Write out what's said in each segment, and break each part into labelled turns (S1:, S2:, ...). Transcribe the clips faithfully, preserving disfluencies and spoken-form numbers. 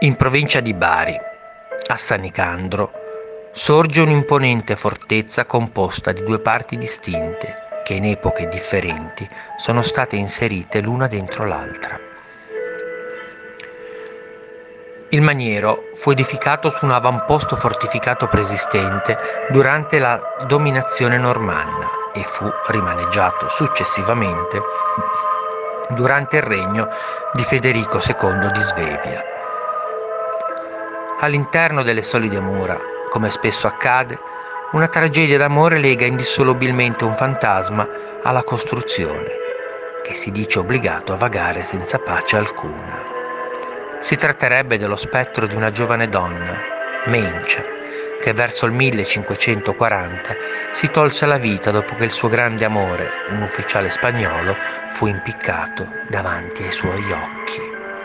S1: In provincia di Bari, a San Nicandro, sorge un'imponente fortezza composta di due parti distinte, che in epoche differenti sono state inserite l'una dentro l'altra. Il maniero fu edificato su un avamposto fortificato preesistente durante la dominazione normanna e fu rimaneggiato successivamente durante il regno di Federico secondo di Svevia. All'interno delle solide mura, come spesso accade, una tragedia d'amore lega indissolubilmente un fantasma alla costruzione, che si dice obbligato a vagare senza pace alcuna. Si tratterebbe dello spettro di una giovane donna, Mencia, che verso il millecinquecentoquaranta si tolse la vita dopo che il suo grande amore, un ufficiale spagnolo, fu impiccato davanti ai suoi occhi.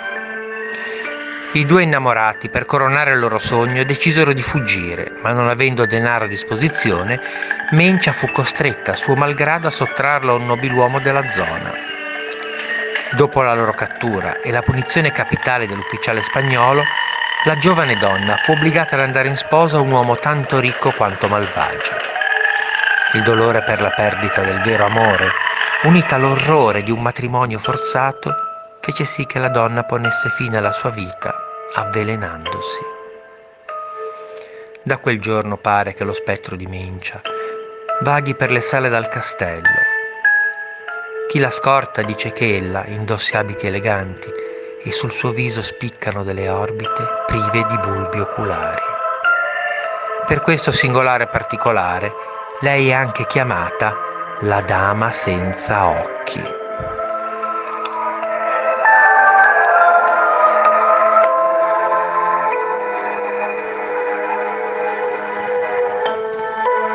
S1: I due innamorati, per coronare il loro sogno, decisero di fuggire, ma non avendo denaro a disposizione, Mencia fu costretta a suo malgrado a sottrarlo a un nobiluomo della zona. Dopo la loro cattura e la punizione capitale dell'ufficiale spagnolo, la giovane donna fu obbligata ad andare in sposa a un uomo tanto ricco quanto malvagio. Il dolore per la perdita del vero amore, unita all'orrore di un matrimonio forzato, fece sì che la donna ponesse fine alla sua vita avvelenandosi. Da quel giorno pare che lo spettro di Mencia vaghi per le sale del castello. Chi la scorta dice che ella indossi abiti eleganti e sul suo viso spiccano delle orbite prive di bulbi oculari. Per questo singolare particolare lei è anche chiamata la dama senza occhi.